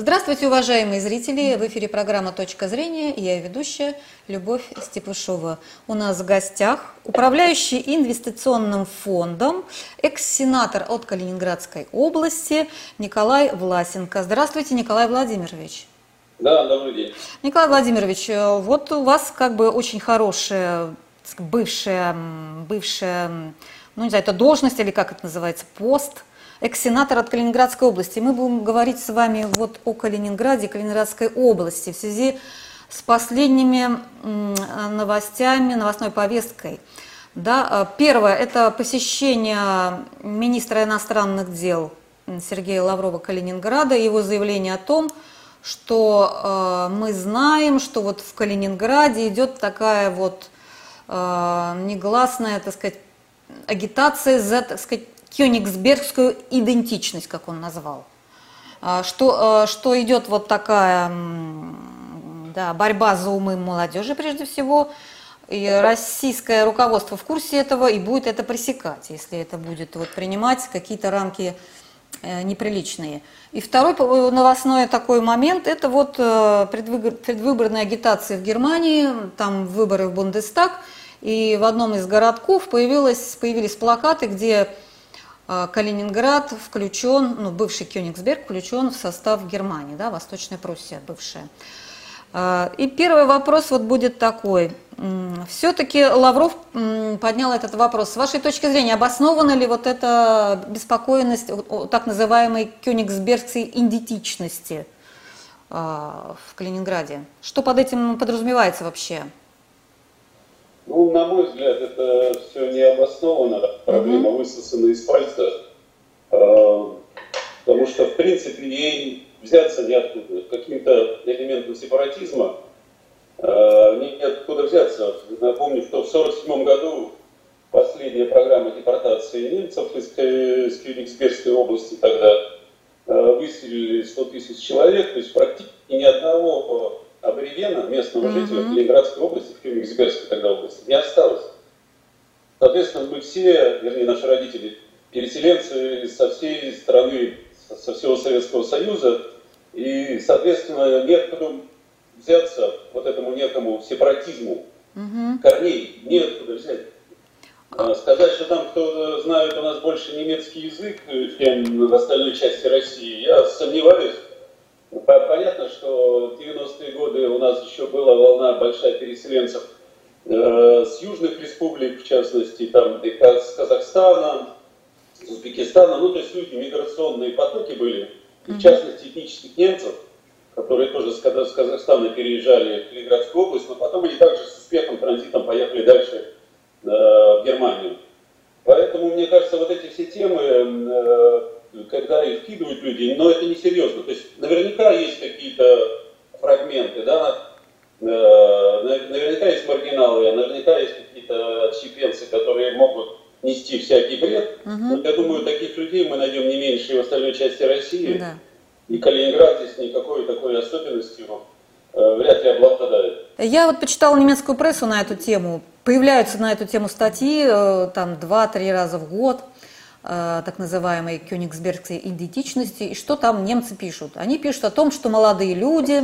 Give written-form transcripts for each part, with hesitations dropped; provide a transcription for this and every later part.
Здравствуйте, уважаемые зрители! В эфире программа «Точка зрения» и я ведущая Любовь Степышова. У нас в гостях управляющий инвестиционным фондом, экс-сенатор от Калининградской области Николай Власенко. Здравствуйте, Николай Владимирович! Да, добрый день. Николай Владимирович, вот у вас как бы очень хорошая бывшая, ну не знаю, это должность или как это называется, пост, экс-сенатор от Калининградской области. Мы будем говорить с вами вот о Калининграде, Калининградской области в связи с последними новостями, новостной повесткой. Да, первое – это посещение министра иностранных дел Сергея Лаврова Калининграда, его заявление о том, что мы знаем, что вот в Калининграде идет такая вот негласная, так сказать, агитация за, так сказать, кёнигсбергскую идентичность, как он назвал. Что идет вот такая, да, борьба за умы молодежи прежде всего, и российское руководство в курсе этого и будет это пресекать, если это будет вот принимать какие-то рамки неприличные. И второй новостной такой момент – это вот предвыборная агитация в Германии, там выборы в Бундестаг, и в одном из городков появились плакаты, где Калининград включен, ну, бывший Кёнигсберг включен в состав Германии, да, Восточная Пруссия бывшая. И первый вопрос вот будет такой. Все-таки Лавров поднял этот вопрос. С вашей точки зрения, обоснована ли вот эта беспокоенность о так называемой кёнигсбергской идентичности в Калининграде? Что под этим подразумевается вообще? Ну, на мой взгляд, это все необоснованно, проблема высосана из пальца, потому что, в принципе, ей взяться неоткуда. Каким-то элементом сепаратизма неоткуда взяться. Напомню, что в 1947 году последняя программа депортации немцев из Кёнигсбергской области тогда выселили 100 тысяч человек, то есть практически ни одного аборигена, местного жителя Калининградской области, в Кёнигсбергской тогда области, не осталось. Соответственно, мы все, вернее, наши родители, переселенцы со всей страны, со всего Советского Союза, и, соответственно, неоткуда взяться вот этому некому сепаратизму корней, неоткуда взять. Сказать, что там кто знает у нас больше немецкий язык, чем в остальной части России, я сомневаюсь. Понятно, что в 90-е годы у нас еще была волна большая переселенцев с южных республик, в частности, там и с Казахстана, с Узбекистана, ну, то есть люди, миграционные потоки были, в частности, этнических немцев, которые тоже с Казахстана переезжали в Калининградскую область, но потом они также с успехом, транзитом поехали дальше в Германию. Поэтому, мне кажется, вот эти все темы, когда их вкидывают люди, но это несерьезно. То есть наверняка есть какие-то фрагменты, да, наверняка есть маргиналы, а наверняка есть какие-то отщепенцы, которые могут нести всякий бред. Но я думаю, таких людей мы найдем не меньше и в остальной части России. Да. И Калининград здесь никакой такой особенностью вряд ли обладает. Я вот почитала немецкую прессу на эту тему. Появляются на эту тему статьи там 2-3 раза в год, так называемой кёнигсбергской идентичности. И что там немцы пишут? Они пишут о том, что молодые люди,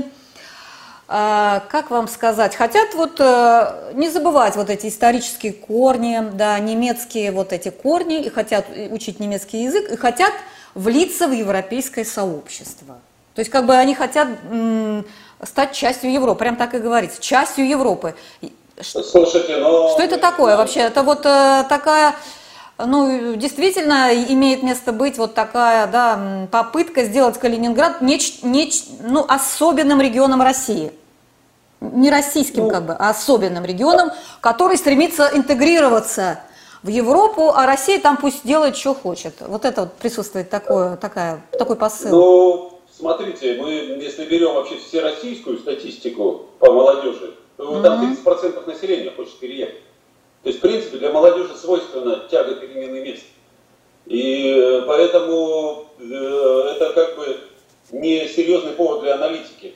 как вам сказать, хотят вот не забывать вот эти исторические корни, да, немецкие вот эти корни, и хотят учить немецкий язык, и хотят влиться в европейское сообщество. То есть как бы они хотят стать частью Европы, прям так и говорится, частью Европы. Слушайте, но... Что это такое вообще? Это вот такая... Ну, действительно, имеет место быть вот такая, да, попытка сделать Калининград ну, особенным регионом России. Не российским, как бы, а особенным регионом, который стремится интегрироваться в Европу, а Россия там пусть делает, что хочет. Вот это вот присутствует такой посыл. Ну, смотрите, мы, если берем вообще всероссийскую статистику по молодежи, то там 30% населения хочет переехать. То есть, в принципе, для молодежи свойственна тяга перемены мест. И поэтому это как бы не серьезный повод для аналитики.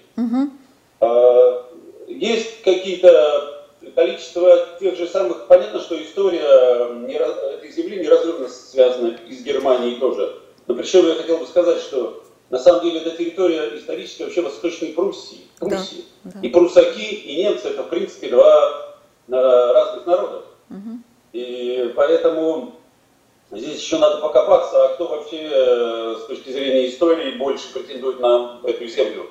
Есть какие-то количество тех же самых... Понятно, что история этой земли неразрывно связана и с Германией тоже. Но причем я хотел бы сказать, что на самом деле это территория исторически вообще Восточной Пруссии. Да, Пруссии. да. И прусаки, и немцы это в принципе два разных народа. И поэтому здесь еще надо покопаться, а кто вообще с точки зрения истории больше претендует на эту землю.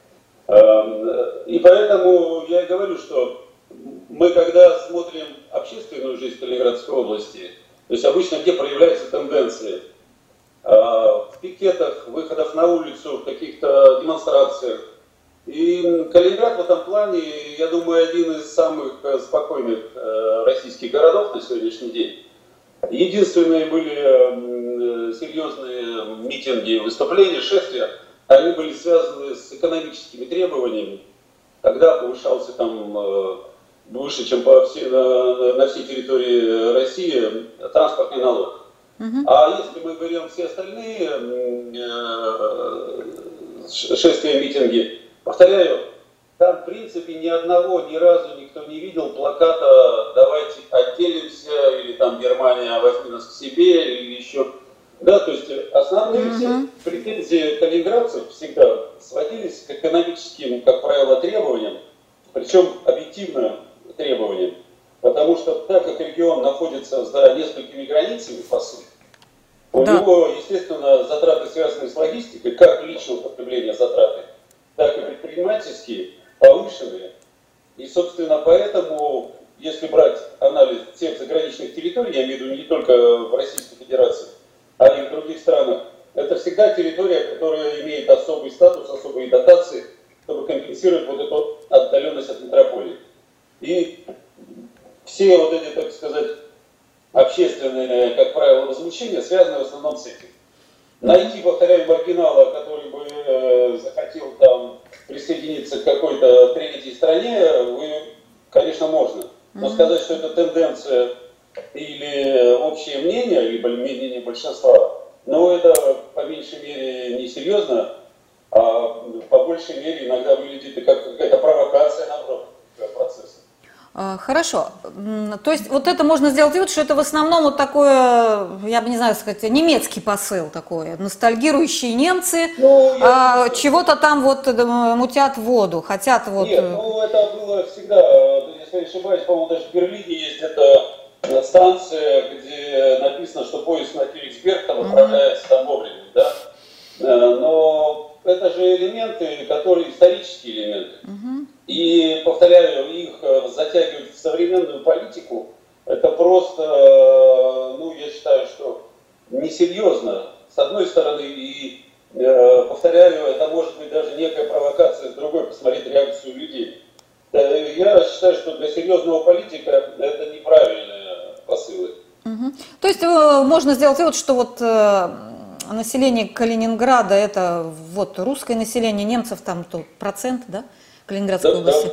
И поэтому я и говорю, что мы когда смотрим общественную жизнь Калининградской области, то есть обычно где проявляются тенденции? В пикетах, выходах на улицу, в каких-то демонстрациях. И Калининград в этом плане, я думаю, один из самых спокойных российских городов на сегодняшний день. Единственные были серьезные митинги, выступления, шествия, они были связаны с экономическими требованиями, когда повышался там выше, чем на всей территории России, транспортный налог. А если мы берем все остальные шествия, митинги, повторяю, там, в принципе, ни одного, ни разу никто не видел плаката «давайте отделимся» или там «Германия, возьми нас к себе» или еще. Да, то есть основные все претензии калининградцев всегда сводились к экономическим, как правило, требованиям, причем объективным требованиям. Потому что так как регион находится за несколькими границами, по сути, у него, естественно, затраты, связанные с логистикой, как личного потребления затраты, так и предпринимательские, повышенные. И, собственно, поэтому, если брать анализ всех заграничных территорий, я имею в виду не только в Российской Федерации, а и в других странах, это всегда территория, которая имеет особый статус, особые дотации, чтобы компенсировать вот эту отдаленность от метрополии. И все вот эти, так сказать, общественные, как правило, возмущения связаны в основном с этим. Найти, повторяю, маргинала, который бы захотел там присоединиться к какой-то третьей стране, конечно, можно. Но сказать, что это тенденция или общее мнение, либо мнение большинства, но это по меньшей мере несерьезно, а по большей мере иногда выглядит как какая-то провокация, наоборот, процесса. Хорошо. То есть вот это можно сделать вывод, что это в основном вот такое, я бы не знаю сказать, немецкий посыл такой, ностальгирующие немцы, чего-то там вот мутят воду, хотят вот... Нет, это было всегда, если я не ошибаюсь, по-моему, даже в Берлине есть эта станция, где написано, что поезд на Кёнигсберг там отправляется там вовремя, да? Но это же элементы, которые исторические элементы. И, повторяю, их затягивать в современную политику, это просто, я считаю, что несерьезно, с одной стороны, и, повторяю, это может быть даже некая провокация, с другой, посмотреть реакцию людей. Я считаю, что для серьезного политика это неправильные посылы. То есть можно сделать вывод, что вот население Калининграда, это вот русское население, немцев там процент, да? Калининградской области.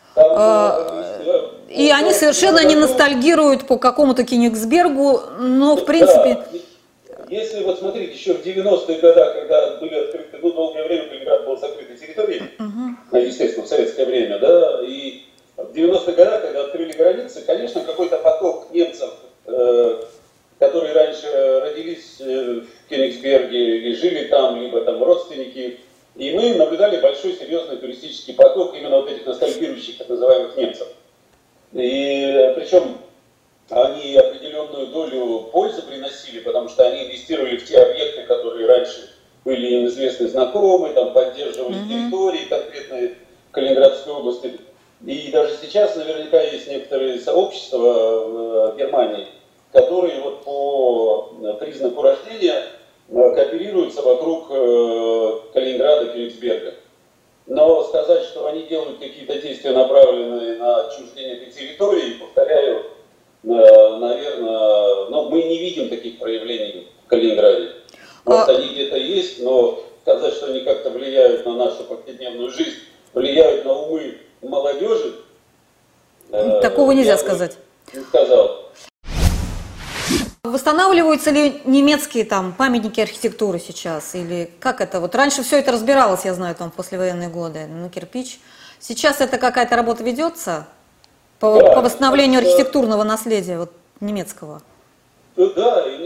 И они совершенно не ностальгируют по какому-то Кёнигсбергу, но в принципе... Если вот смотрите, еще в 90-е годы, когда были открыты, долгое время Калининград был закрытой территорией, естественно, в советское время, да, и в 90-х годах, когда открыли границы, конечно, какой-то поток немцев, которые раньше родились в Кёнигсберге или жили там, либо там родственники. И мы наблюдали большой серьезный туристический поток именно вот этих ностальгирующих, так называемых немцев. И причем они определенную долю пользы приносили, потому что они инвестировали в те объекты, которые раньше были им известны, знакомы, там поддерживали территории конкретные Калининградской области. И даже сейчас наверняка есть некоторые сообщества в Германии, которые вот по признаку рождения кооперируются вокруг Калининграда, Кёнигсберга. Но сказать, что они делают какие-то действия, направленные на отчуждение этой территории, повторяю, наверное, мы не видим таких проявлений в Калининграде. Может, они где-то есть, но сказать, что они как-то влияют на нашу повседневную жизнь, влияют на умы молодежи, такого нельзя сказать. Не сказал. Восстанавливаются ли немецкие там памятники архитектуры сейчас? Или как это? Вот раньше все это разбиралось, я знаю, там в послевоенные годы, на кирпич. Сейчас это какая-то работа ведется по восстановлению архитектурного наследия вот, немецкого? Да, и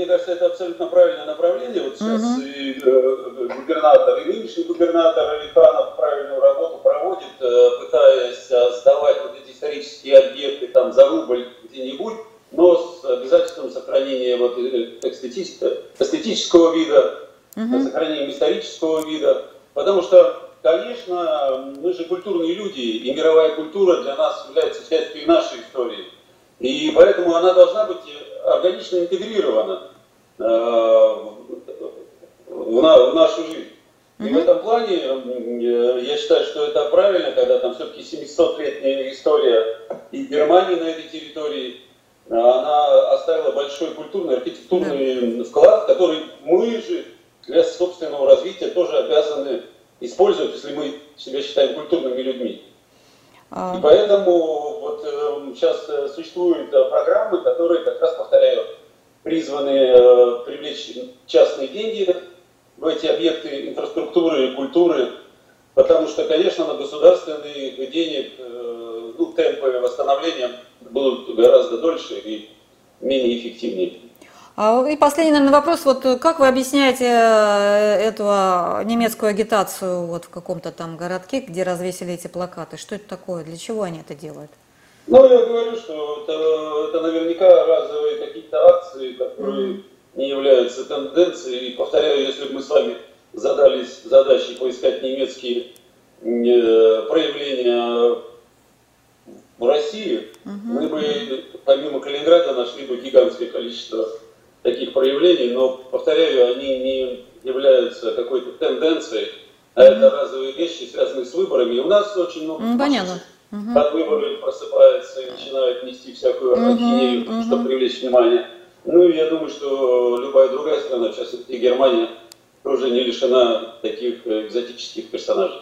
мне кажется, это абсолютно правильное направление. Вот сейчас и губернатор, и нынешний губернатор Алиханов правильную работу проводит, пытаясь сдавать вот эти исторические объекты там за рубль где-нибудь, но с обязательством сохранения вот эстетического вида, сохранением исторического вида. Потому что, конечно, мы же культурные люди, и мировая культура для нас является частью нашей истории. И поэтому она должна быть органично интегрирована в нашу жизнь. И в этом плане я считаю, что это правильно, когда там все-таки 700-летняя история и Германии на этой территории, она оставила большой культурный, архитектурный вклад, который мы же для собственного развития тоже обязаны использовать, если мы себя считаем культурными людьми. И поэтому вот сейчас существуют программы, которые, как раз повторяю, призваны привлечь частные деньги в эти объекты инфраструктуры и культуры, потому что, конечно, на государственных денег темпы восстановления будут гораздо дольше и менее эффективнее. И последний, наверное, вопрос. Вот как вы объясняете эту немецкую агитацию вот в каком-то там городке, где развесили эти плакаты? Что это такое? Для чего они это делают? Ну, я говорю, что это наверняка разовые какие-то акции, которые не являются тенденцией. И повторяю, если бы мы с вами задались задачей поискать немецкие проявления в России, мы бы помимо Калининграда нашли бы гигантское количество таких проявлений, но, повторяю, они не являются какой-то тенденцией, а это разовые вещи, связанные с выборами. И у нас очень много от выборов просыпается и начинают нести всякую ахинею, чтобы привлечь внимание. Ну и я думаю, что любая другая страна, в частности Германия, тоже не лишена таких экзотических персонажей.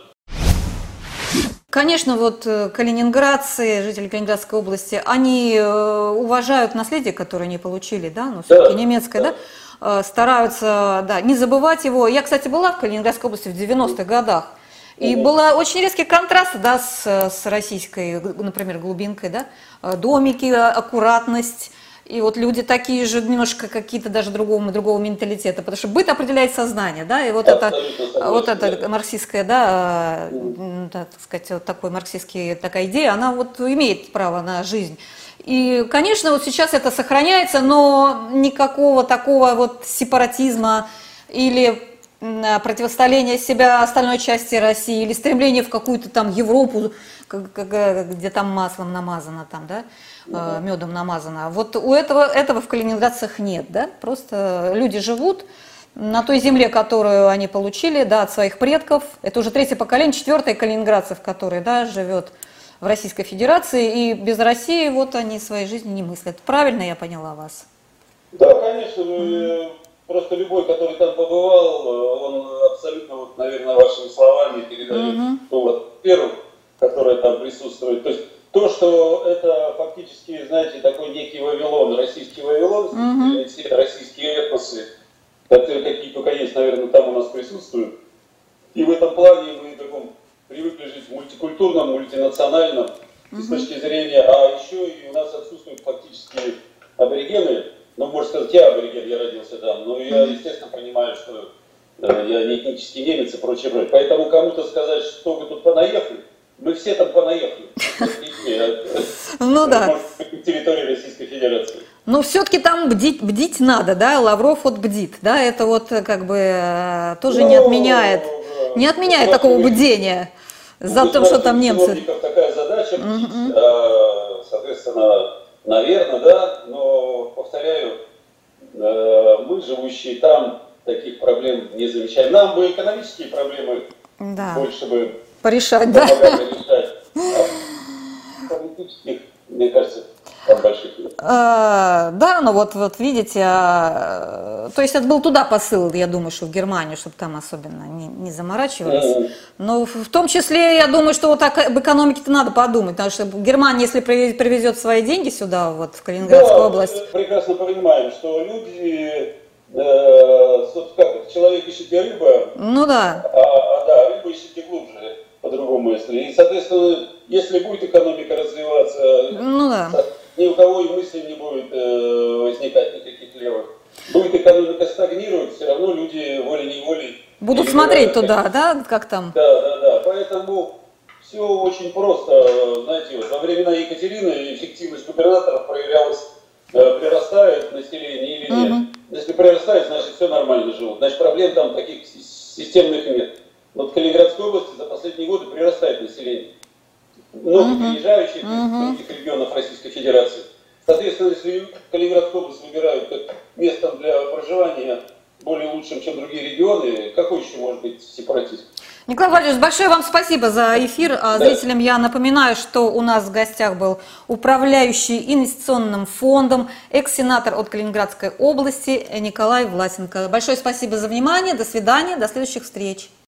Конечно, вот калининградцы, жители Калининградской области, они уважают наследие, которое они получили, да, ну все-таки немецкое, да, стараются, да, не забывать его. Я, кстати, была в Калининградской области в 90-х годах, и был очень резкий контраст, да, с российской, например, глубинкой, да, домики, аккуратность. И вот люди такие же, немножко какие-то даже другого менталитета, потому что быт определяет сознание, да, и вот это марксистская, да, так сказать, вот такая идея, она вот имеет право на жизнь. И, конечно, вот сейчас это сохраняется, но никакого такого вот сепаратизма или противостояния себя остальной части России, или стремление в какую-то там Европу, где там маслом намазано, там, да, медом намазано. Вот у этого в калининградцах нет, да, просто люди живут на той земле, которую они получили, да, от своих предков. Это уже третье поколение, четвертое калининградцев, который, да, живет в Российской Федерации, и без России вот они своей жизни не мыслят. Правильно я поняла вас? Да, конечно, просто любой, который там побывал, он абсолютно, вот, наверное, вашими словами передает ту атмосферу, которая там присутствует. То есть то, что это фактически, знаете, такой некий Вавилон, российский Вавилон, все российские этносы, какие только есть, наверное, там у нас присутствуют. И в этом плане мы таком привыкли жить в мультикультурном, мультинациональном, с точки зрения, а еще и у нас отсутствуют фактически аборигены. Ну, можно сказать, я абориген, я родился там, но я, естественно, понимаю, что я не этнический немец и прочее. Поэтому кому-то сказать, что вы тут понаехали, мы все там понаехали. Ну да. Территории Российской Федерации. Но все-таки там бдить надо, да, Лавров вот бдит, да, это вот как бы тоже не отменяет такого бдения за то, что там немцы. Такая задача, соответственно, наверное, да, но, повторяю, мы, живущие там, таких проблем не замечаем. Нам бы экономические проблемы больше бы порешать, да. Решать. Политических, мне кажется, там больших нет. Да, ну вот видите, то есть это был туда посыл, я думаю, что в Германию, чтобы там особенно не заморачивались. Но в том числе, я думаю, что вот об экономике-то надо подумать, потому что Германия, если привезет свои деньги сюда, вот в Калининградскую область. Мы прекрасно понимаем, что люди, как человек ищет где рыба, ну да. Да, рыба ищет где глубже, по-другому если. И, соответственно, если будет экономика развиваться, ну да. ни у кого и мысли не будет возникать никаких левых. Будет посмотреть туда, да, как там? Да. Поэтому все очень просто. Знаете, вот во времена Екатерины эффективность губернаторов проявлялась, прирастает население или нет. Если прирастает, значит все нормально живут. Значит, проблем там таких системных нет. Вот в Калининградской области за последние годы прирастает население. Много приезжающих из других регионов Российской Федерации. Соответственно, если Калининградскую область выбирают как местом для проживания более лучшим, чем другие регионы, какой еще может быть сепаратизм? Николай Владимирович, большое вам спасибо за эфир. Да. Зрителям я напоминаю, что у нас в гостях был управляющий инвестиционным фондом, экс-сенатор от Калининградской области Николай Власенко. Большое спасибо за внимание, до свидания, до следующих встреч.